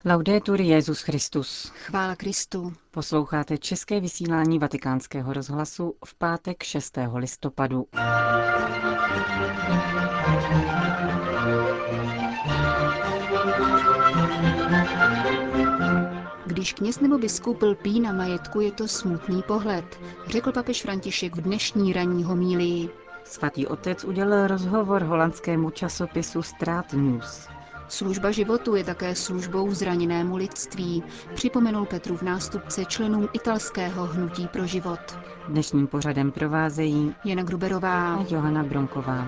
Laudetur Jesus Christus. Chvála Kristu. Posloucháte české vysílání Vatikánského rozhlasu v pátek 6. listopadu. Když kněz nebo biskup lpí na majetku, je to smutný pohled, řekl papež František v dnešní ranní homílii. Svatý otec udělal rozhovor holandskému časopisu Straat News. Služba životu je také službou zraněnému lidství, připomenul Petrův nástupce členům italského hnutí pro život. Dnešním pořadem provázejí Jana Gruberová a Johana Bronková.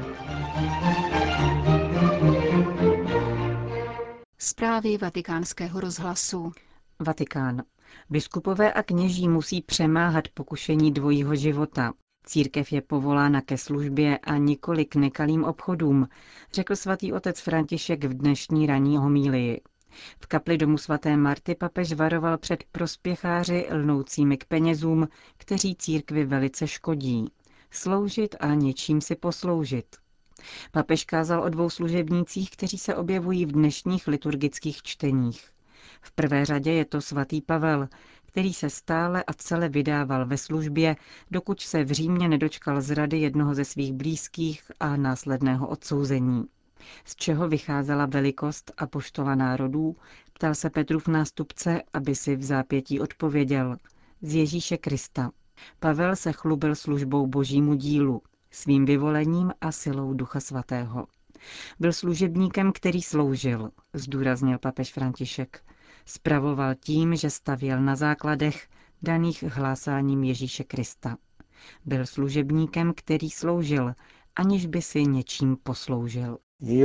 Zprávy Vatikánského rozhlasu. Vatikán. Biskupové a kněží musí přemáhat pokušení dvojího života. Církev je povolána ke službě a nikoli k nekalým obchodům, řekl svatý otec František v dnešní ranní homílii. V kapli domu svaté Marty papež varoval před prospěcháři lnoucími k penězům, kteří církvi velice škodí. Sloužit a něčím si posloužit. Papež kázal o dvou služebnících, kteří se objevují v dnešních liturgických čteních. V prvé řadě je to svatý Pavel, který se stále a celé vydával ve službě, dokud se v Římě nedočkal zrady jednoho ze svých blízkých a následného odsouzení. Z čeho vycházela velikost apoštola národů, ptal se Petrův nástupce, aby si v zápětí odpověděl. Z Ježíše Krista. Pavel se chlubil službou božímu dílu, svým vyvolením a silou Ducha Svatého. Byl služebníkem, který sloužil, zdůraznil papež František. Spravoval tím, že stavěl na základech, daných hlásáním Ježíše Krista. Byl služebníkem, který sloužil, aniž by si něčím posloužil.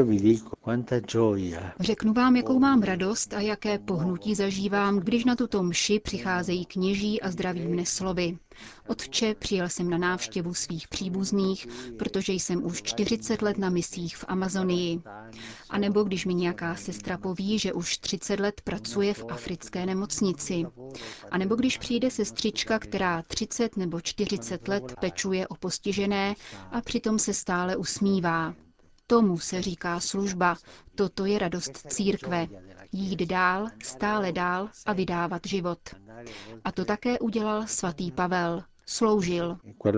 Řeknu vám, jakou mám radost a jaké pohnutí zažívám, když na tuto mši přicházejí kněží a zdraví mne slovy. Otče, přijel jsem na návštěvu svých příbuzných, protože jsem už 40 let na misích v Amazonii. A nebo když mi nějaká sestra poví, že už 30 let pracuje v africké nemocnici. A nebo když přijde sestřička, která 30 nebo 40 let pečuje o postižené a přitom se stále usmívá. Tomu se říká služba, toto je radost církve. Jít dál, stále dál a vydávat život. A to také udělal svatý Pavel. Sloužil.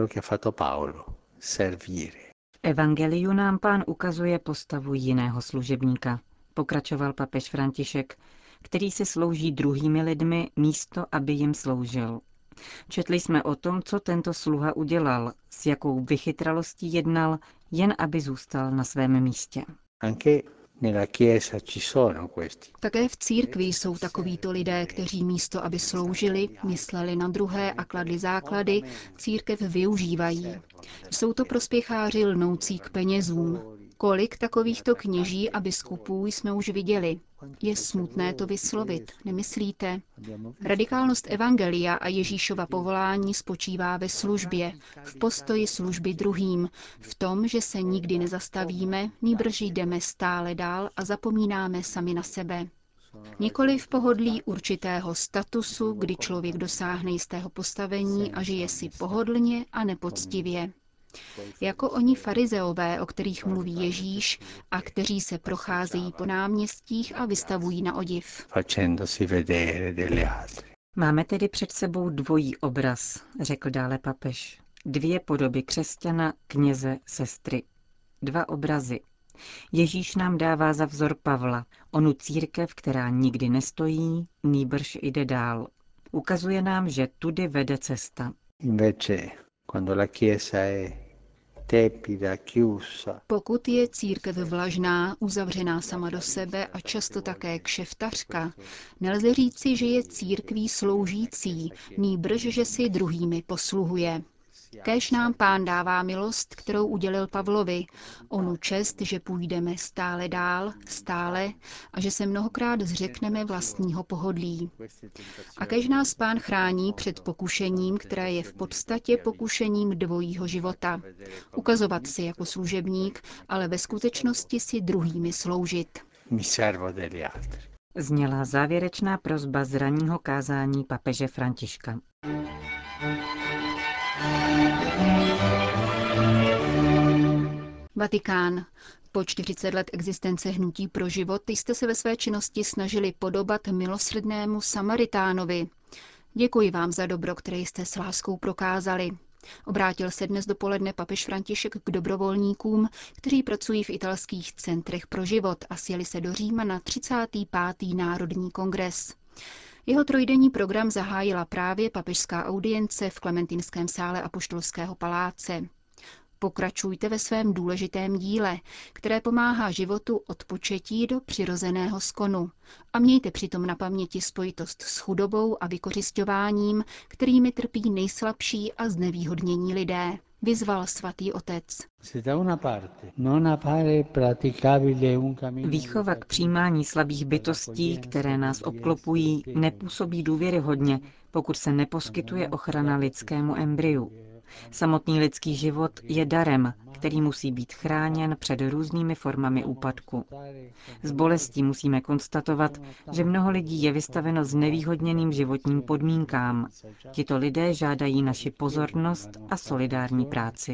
V evangeliu nám Pán ukazuje postavu jiného služebníka, pokračoval papež František, který si slouží druhými lidmi místo, aby jim sloužil. Četli jsme o tom, co tento sluha udělal, s jakou vychytralostí jednal, jen aby zůstal na svém místě. Také v církvi jsou takovíto lidé, kteří místo, aby sloužili, mysleli na druhé a kladli základy, církev využívají. Jsou to prospěcháři lnoucí k penězům. Kolik takovýchto kněží a biskupů jsme už viděli? Je smutné to vyslovit, nemyslíte? Radikálnost evangelia a Ježíšova povolání spočívá ve službě, v postoji služby druhým, v tom, že se nikdy nezastavíme, nýbrž jdeme stále dál a zapomínáme sami na sebe. Nikoli v pohodlí určitého statusu, kdy člověk dosáhne jistého postavení a žije si pohodlně a nepoctivě. Jako oni farizeové, o kterých mluví Ježíš a kteří se procházejí po náměstích a vystavují na odiv. Máme tedy před sebou dvojí obraz, řekl dále papež. Dvě podoby křesťana, kněze, sestry. Dva obrazy. Ježíš nám dává za vzor Pavla, onu církev, která nikdy nestojí, nýbrž jde dál. Ukazuje nám, že tudy vede cesta. Pokud je církev vlažná, uzavřená sama do sebe a často také kšeftařka, nelze říci, že je církví sloužící, nýbrž, že si druhými posluhuje. Kéž nám Pán dává milost, kterou udělil Pavlovi, onu čest, že půjdeme stále dál, stále a že se mnohokrát zřekneme vlastního pohodlí. A kéž nás Pán chrání před pokušením, které je v podstatě pokušením dvojího života. Ukazovat si jako služebník, ale ve skutečnosti si druhými sloužit. Zněla závěrečná prosba z ranního kázání papeže Františka. Vatikán. Po 40 let existence Hnutí pro život jste se ve své činnosti snažili podobat milosrdnému Samaritánovi. Děkuji vám za dobro, které jste s láskou prokázali. Obrátil se dnes dopoledne papež František k dobrovolníkům, kteří pracují v italských centrech pro život a sjeli se do Říma na 35. Národní kongres. Jeho trojdenní program zahájila právě papežská audience v Klementinském sále Apoštolského paláce. Pokračujte ve svém důležitém díle, které pomáhá životu od početí do přirozeného skonu. A mějte přitom na paměti spojitost s chudobou a vykořisťováním, kterými trpí nejslabší a znevýhodnění lidé, vyzval svatý otec. Výchova k přijímání slabých bytostí, které nás obklopují, nepůsobí důvěryhodně, pokud se neposkytuje ochrana lidskému embryu. Samotný lidský život je darem, který musí být chráněn před různými formami úpadku. S bolestí musíme konstatovat, že mnoho lidí je vystaveno znevýhodněným životním podmínkám. Tito lidé žádají naši pozornost a solidární práci.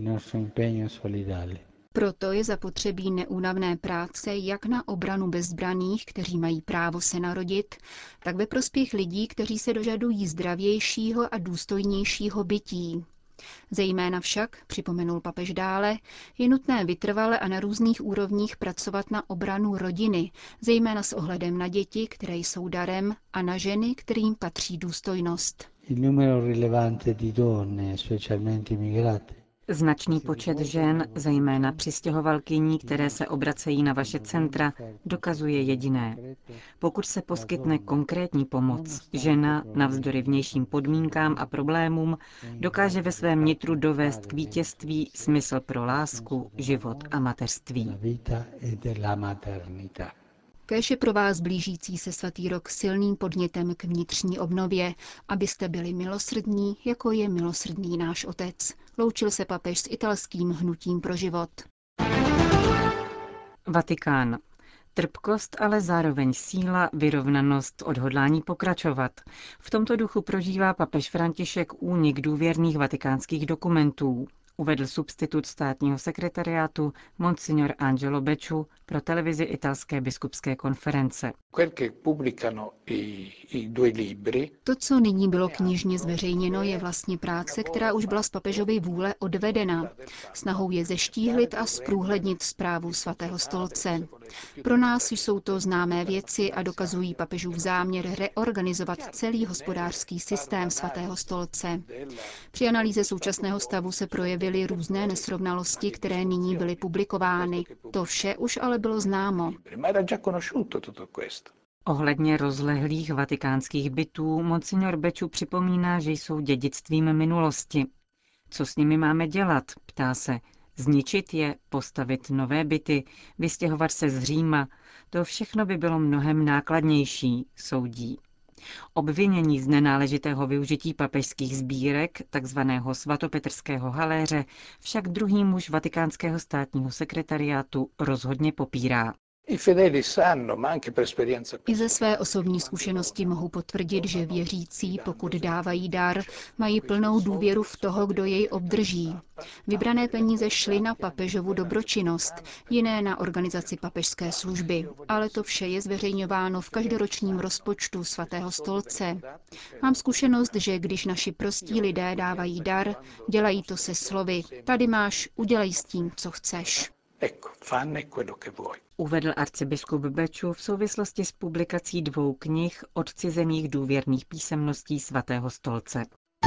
Proto je zapotřebí neúnavné práce jak na obranu bezbraných, kteří mají právo se narodit, tak ve prospěch lidí, kteří se dožadují zdravějšího a důstojnějšího bytí. Zejména však, připomenul papež dále, je nutné vytrvale a na různých úrovních pracovat na obranu rodiny, zejména s ohledem na děti, které jsou darem, a na ženy, kterým patří důstojnost. Značný počet žen, zejména přistěhovalkyní, které se obracejí na vaše centra, dokazuje jediné. Pokud se poskytne konkrétní pomoc, žena, navzdory vnějším podmínkám a problémům, dokáže ve svém nitru dovést k vítězství smysl pro lásku, život a mateřství. Kéž je pro vás blížící se svatý rok silným podnětem k vnitřní obnově, abyste byli milosrdní, jako je milosrdný náš Otec. Loučil se papež s italským Hnutím pro život. Vatikán. Trpkost, ale zároveň síla, vyrovnanost, odhodlání pokračovat. V tomto duchu prožívá papež František únik důvěrných vatikánských dokumentů, uvedl substitut státního sekretariátu Monsignor Angelo Becciu pro televizi italské biskupské konference. To, co nyní bylo knižně zveřejněno, je vlastně práce, která už byla z papežovy vůle odvedena. Snahou je zeštíhlit a zprůhlednit správu svatého stolce. Pro nás jsou to známé věci a dokazují papežův záměr reorganizovat celý hospodářský systém svatého stolce. Při analýze současného stavu se projevily různé nesrovnalosti, které nyní byly publikovány. To vše už ale bylo známo. Ohledně rozlehlých vatikánských bytů Monsignor Becciu připomíná, že jsou dědictvím minulosti. Co s nimi máme dělat, ptá se. Zničit je, postavit nové byty, vystěhovat se z Říma, to všechno by bylo mnohem nákladnější, soudí. Obvinění z nenáležitého využití papežských sbírek, takzvaného svatopetrského haléře, však druhý muž vatikánského státního sekretariátu rozhodně popírá. I ze své osobní zkušenosti mohu potvrdit, že věřící, pokud dávají dar, mají plnou důvěru v toho, kdo jej obdrží. Vybrané peníze šly na papežovu dobročinnost, jiné na organizaci papežské služby, ale to vše je zveřejňováno v každoročním rozpočtu svatého stolce. Mám zkušenost, že když naši prostí lidé dávají dar, dělají to se slovy: tady máš, udělej s tím, co chceš. Uvedl arcibiskup Becciu v souvislosti s publikací 2 knih odcizených důvěrných písemností svatého stolce.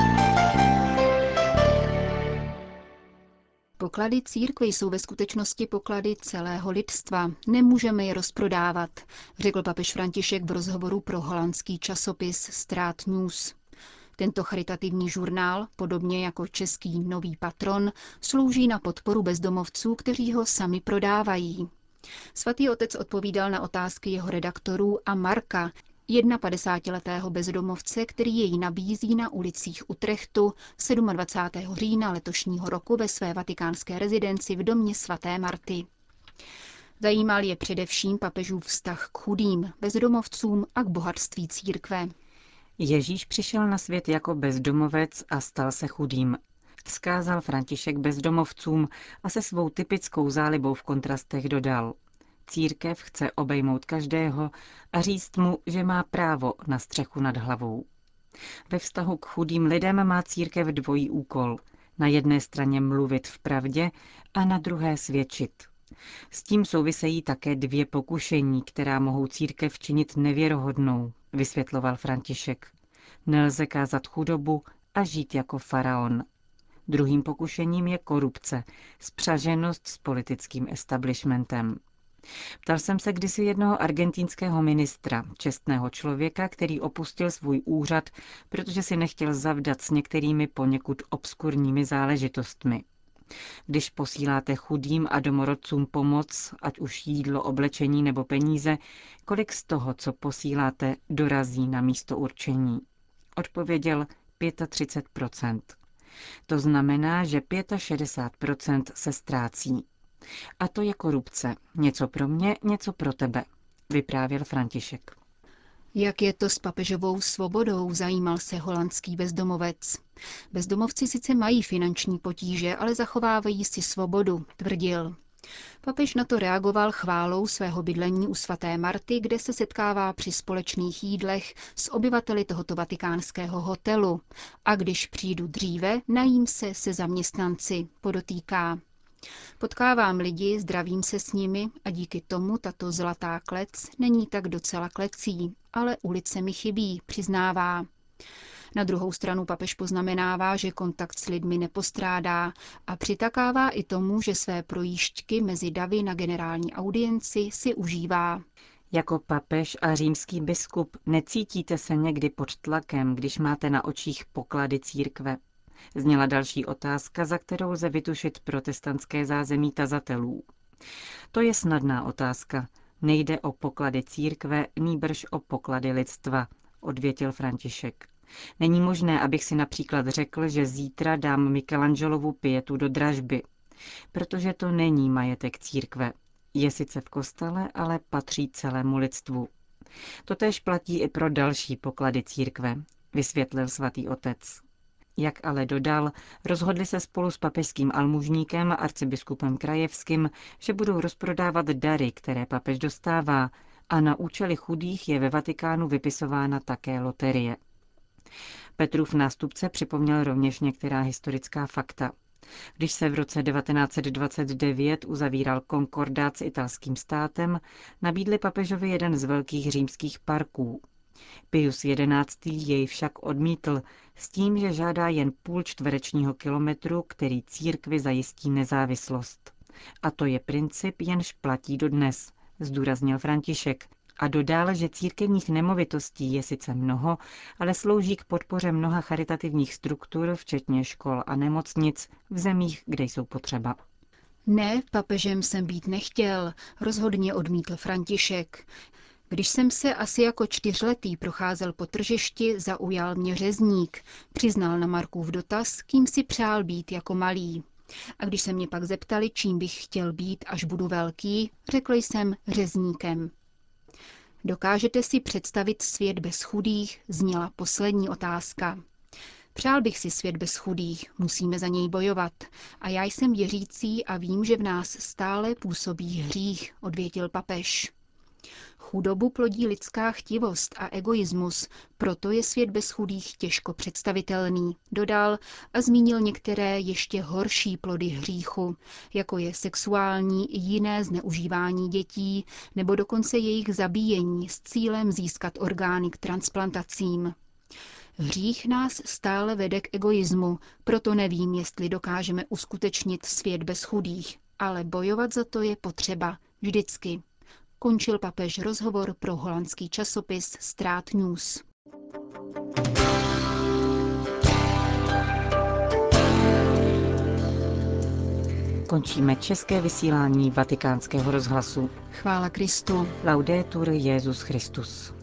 Poklady církve jsou ve skutečnosti poklady celého lidstva. Nemůžeme je rozprodávat, řekl papež František v rozhovoru pro holandský časopis Straat News. Tento charitativní žurnál, podobně jako český Nový patron, slouží na podporu bezdomovců, kteří ho sami prodávají. Svatý otec odpovídal na otázky jeho redaktorů a Marka, 51letého bezdomovce, který jej nabízí na ulicích Utrechtu 27. října letošního roku ve své vatikánské rezidenci v domě svaté Marty. Zajímal je především papežův vztah k chudým, bezdomovcům a k bohatství církve. Ježíš přišel na svět jako bezdomovec a stal se chudým. Vzkázal František bezdomovcům a se svou typickou zálibou v kontrastech dodal: Církev chce obejmout každého a říct mu, že má právo na střechu nad hlavou. Ve vztahu k chudým lidem má církev dvojí úkol. Na jedné straně mluvit v pravdě a na druhé svědčit. S tím souvisejí také dvě pokušení, která mohou církev činit nevěrohodnou, vysvětloval František. Nelze kázat chudobu a žít jako faraon. Druhým pokušením je korupce, spřaženost s politickým establishmentem. Ptal jsem se kdysi jednoho argentinského ministra, čestného člověka, který opustil svůj úřad, protože si nechtěl zavdat s některými poněkud obskurními záležitostmi. Když posíláte chudým a domorodcům pomoc, ať už jídlo, oblečení nebo peníze, kolik z toho, co posíláte, dorazí na místo určení? Odpověděl 35%. To znamená, že 65% se ztrácí. A to je korupce. Něco pro mě, něco pro tebe, vyprávěl František. Jak je to s papežovou svobodou, zajímal se holandský bezdomovec. Bezdomovci sice mají finanční potíže, ale zachovávají si svobodu, tvrdil. Papež na to reagoval chválou svého bydlení u svaté Marty, kde se setkává při společných jídlech s obyvateli tohoto vatikánského hotelu. A když přijdu dříve, najím se zaměstnanci, podotýká. Potkávám lidi, zdravím se s nimi a díky tomu tato zlatá klec není tak docela klecí, ale ulice mi chybí, přiznává. Na druhou stranu papež poznamenává, že kontakt s lidmi nepostrádá a přitakává i tomu, že své projížďky mezi davy na generální audienci si užívá. Jako papež a římský biskup necítíte se někdy pod tlakem, když máte na očích poklady církve? Zněla další otázka, za kterou lze vytušit protestantské zázemí tazatelů. To je snadná otázka. Nejde o poklady církve, nýbrž o poklady lidstva, odvětil František. Není možné, abych si například řekl, že zítra dám Michelangelovu pietu do dražby, protože to není majetek církve. Je sice v kostele, ale patří celému lidstvu. Totéž platí i pro další poklady církve, vysvětlil svatý otec. Jak ale dodal, rozhodli se spolu s papežským almužníkem a arcibiskupem Krajevským, že budou rozprodávat dary, které papež dostává, a na účely chudých je ve Vatikánu vypisována také loterie. Petrův nástupce připomněl rovněž některá historická fakta. Když se v roce 1929 uzavíral konkordát s italským státem, nabídli papežovi jeden z velkých římských parků. Pius XI. Jej však odmítl s tím, že žádá jen půl čtverečního kilometru, který církvi zajistí nezávislost. A to je princip, jenž platí dodnes, zdůraznil František. A dodal, že církevních nemovitostí je sice mnoho, ale slouží k podpoře mnoha charitativních struktur, včetně škol a nemocnic v zemích, kde jsou potřeba. Ne, papežem jsem být nechtěl, rozhodně odmítl František. Když jsem se asi jako 4letý procházel po tržišti, zaujal mě řezník. Přiznal na Markův dotaz, kým si přál být jako malý. A když se mě pak zeptali, čím bych chtěl být, až budu velký, řekl jsem řezníkem. Dokážete si představit svět bez chudých? Zněla poslední otázka. Přál bych si svět bez chudých, musíme za něj bojovat. A já jsem věřící a vím, že v nás stále působí hřích, odvětil papež. Chudobu plodí lidská chtivost a egoismus, proto je svět bez chudých těžko představitelný, dodal a zmínil některé ještě horší plody hříchu, jako je sexuální i jiné zneužívání dětí, nebo dokonce jejich zabíjení s cílem získat orgány k transplantacím. Hřích nás stále vede k egoismu, proto nevím, jestli dokážeme uskutečnit svět bez chudých, ale bojovat za to je potřeba, vždycky. Končil papež rozhovor pro holandský časopis Straat News. Končíme české vysílání Vatikánského rozhlasu. Chvála Kristu. Laudetur Jesus Christus.